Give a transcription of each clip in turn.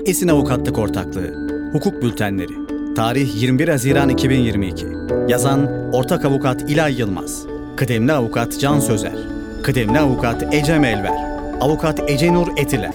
Esin Avukatlık Ortaklığı, Hukuk Bültenleri, tarih 21 Haziran 2022, yazan Ortak Avukat İlay Yılmaz, Kıdemli Avukat Can Sözer, Kıdemli Avukat Ecem Elver, Avukat Ecenur Etiler.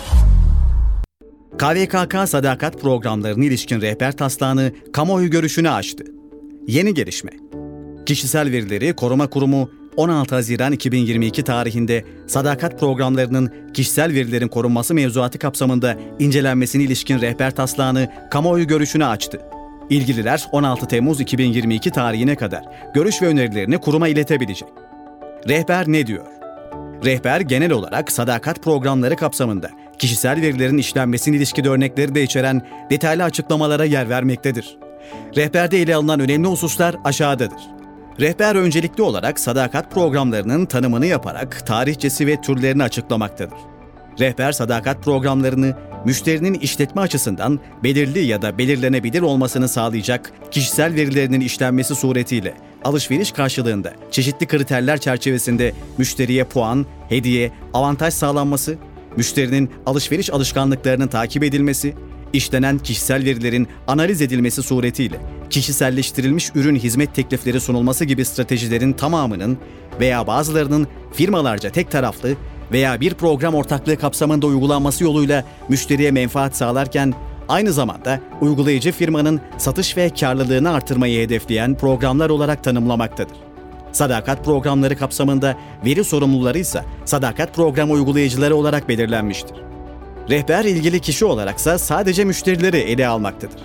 KVKK sadakat programlarına ilişkin rehber taslağını kamuoyu görüşüne açtı. Yeni gelişme. Kişisel Verileri Koruma Kurumu 16 Haziran 2022 tarihinde sadakat programlarının kişisel verilerin korunması mevzuatı kapsamında incelenmesine ilişkin rehber taslağını kamuoyu görüşüne açtı. İlgililer 16 Temmuz 2022 tarihine kadar görüş ve önerilerini kuruma iletebilecek. Rehber ne diyor? Rehber genel olarak sadakat programları kapsamında kişisel verilerin işlenmesine ilişkin örnekleri de içeren detaylı açıklamalara yer vermektedir. Rehberde ele alınan önemli hususlar aşağıdadır. Rehber öncelikli olarak sadakat programlarının tanımını yaparak tarihçesi ve türlerini açıklamaktadır. Rehber sadakat programlarını müşterinin işletme açısından belirli ya da belirlenebilir olmasını sağlayacak kişisel verilerinin işlenmesi suretiyle alışveriş karşılığında çeşitli kriterler çerçevesinde müşteriye puan, hediye, avantaj sağlanması, müşterinin alışveriş alışkanlıklarının takip edilmesi, işlenen kişisel verilerin analiz edilmesi suretiyle kişiselleştirilmiş ürün hizmet teklifleri sunulması gibi stratejilerin tamamının veya bazılarının firmalarca tek taraflı veya bir program ortaklığı kapsamında uygulanması yoluyla müşteriye menfaat sağlarken aynı zamanda uygulayıcı firmanın satış ve karlılığını artırmayı hedefleyen programlar olarak tanımlamaktadır. Sadakat programları kapsamında veri sorumluları ise sadakat program uygulayıcıları olarak belirlenmiştir. Rehber ilgili kişi olaraksa sadece müşterileri ele almaktadır.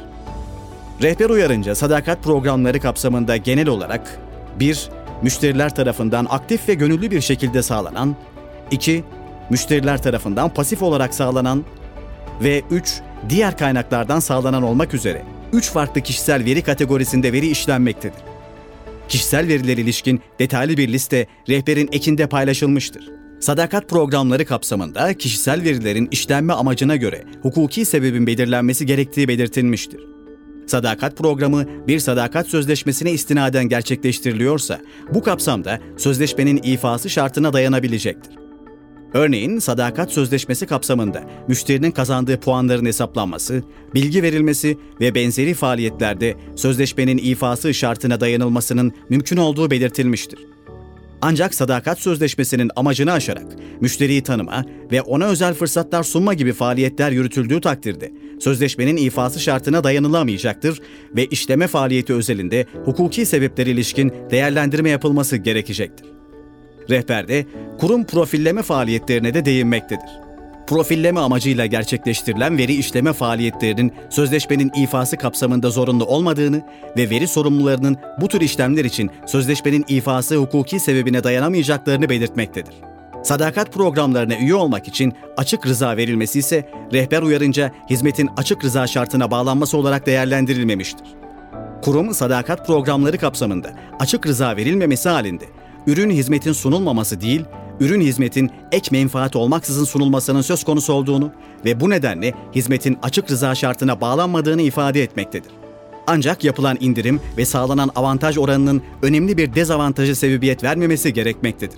Rehber uyarınca sadakat programları kapsamında genel olarak 1. Müşteriler tarafından aktif ve gönüllü bir şekilde sağlanan, 2. Müşteriler tarafından pasif olarak sağlanan ve 3. Diğer kaynaklardan sağlanan olmak üzere 3 farklı kişisel veri kategorisinde veri işlenmektedir. Kişisel verilere ilişkin detaylı bir liste rehberin ekinde paylaşılmıştır. Sadakat programları kapsamında kişisel verilerin işlenme amacına göre hukuki sebebin belirlenmesi gerektiği belirtilmiştir. Sadakat programı bir sadakat sözleşmesine istinaden gerçekleştiriliyorsa, bu kapsamda sözleşmenin ifası şartına dayanabilecektir. Örneğin sadakat sözleşmesi kapsamında müşterinin kazandığı puanların hesaplanması, bilgi verilmesi ve benzeri faaliyetlerde sözleşmenin ifası şartına dayanılmasının mümkün olduğu belirtilmiştir. Ancak sadakat sözleşmesinin amacını aşarak müşteriyi tanıma ve ona özel fırsatlar sunma gibi faaliyetler yürütüldüğü takdirde sözleşmenin ifası şartına dayanılamayacaktır ve işleme faaliyeti özelinde hukuki sebepleri ilişkin değerlendirme yapılması gerekecektir. Rehberde kurum profilleme faaliyetlerine de değinmektedir. Profilleme amacıyla gerçekleştirilen veri işleme faaliyetlerinin sözleşmenin ifası kapsamında zorunlu olmadığını ve veri sorumlularının bu tür işlemler için sözleşmenin ifası hukuki sebebine dayanamayacaklarını belirtmektedir. Sadakat programlarına üye olmak için açık rıza verilmesi ise rehber uyarınca hizmetin açık rıza şartına bağlanması olarak değerlendirilmemiştir. Kurum sadakat programları kapsamında açık rıza verilmemesi halinde ürün hizmetin sunulmaması değil, ürün hizmetin ek menfaat olmaksızın sunulmasının söz konusu olduğunu ve bu nedenle hizmetin açık rıza şartına bağlanmadığını ifade etmektedir. Ancak yapılan indirim ve sağlanan avantaj oranının önemli bir dezavantajı sebebiyet vermemesi gerekmektedir.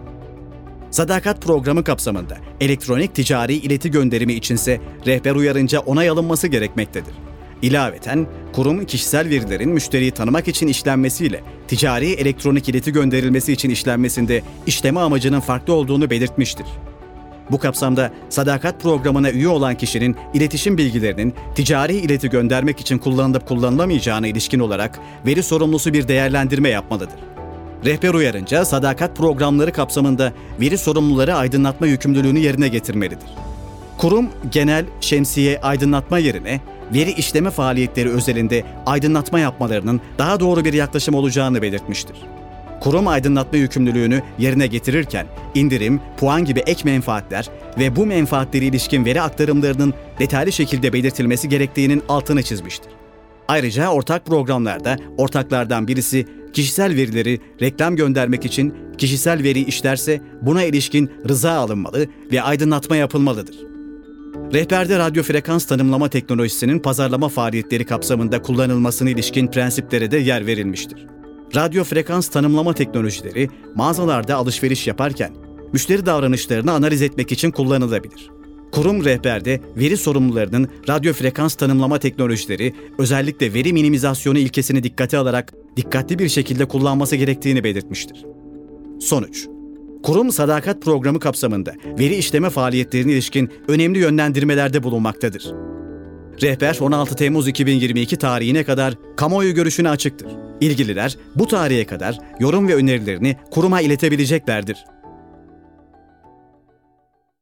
Sadakat programı kapsamında elektronik ticari ileti gönderimi içinse rehber uyarınca onay alınması gerekmektedir. İlaveten, kurum kişisel verilerin müşteriyi tanımak için işlenmesiyle ticari elektronik ileti gönderilmesi için işlenmesinde işleme amacının farklı olduğunu belirtmiştir. Bu kapsamda sadakat programına üye olan kişinin iletişim bilgilerinin ticari ileti göndermek için kullanılıp kullanılamayacağına ilişkin olarak veri sorumlusu bir değerlendirme yapmalıdır. Rehber uyarınca sadakat programları kapsamında veri sorumluları aydınlatma yükümlülüğünü yerine getirmelidir. Kurum genel şemsiye aydınlatma yerine veri işleme faaliyetleri özelinde aydınlatma yapmalarının daha doğru bir yaklaşım olacağını belirtmiştir. Kurum aydınlatma yükümlülüğünü yerine getirirken indirim, puan gibi ek menfaatler ve bu menfaatleri ilişkin veri aktarımlarının detaylı şekilde belirtilmesi gerektiğinin altını çizmiştir. Ayrıca ortak programlarda ortaklardan birisi kişisel verileri reklam göndermek için kişisel veri işlerse buna ilişkin rıza alınmalı ve aydınlatma yapılmalıdır. Rehberde radyo frekans tanımlama teknolojisinin pazarlama faaliyetleri kapsamında kullanılmasına ilişkin prensiplere de yer verilmiştir. Radyo frekans tanımlama teknolojileri mağazalarda alışveriş yaparken müşteri davranışlarını analiz etmek için kullanılabilir. Kurum rehberde veri sorumlularının radyo frekans tanımlama teknolojileri, özellikle veri minimizasyonu ilkesini dikkate alarak dikkatli bir şekilde kullanması gerektiğini belirtmiştir. Sonuç: kurum sadakat programı kapsamında veri işleme faaliyetlerine ilişkin önemli yönlendirmelerde bulunmaktadır. Rehber 16 Temmuz 2022 tarihine kadar kamuoyu görüşüne açıktır. İlgililer bu tarihe kadar yorum ve önerilerini kuruma iletebileceklerdir.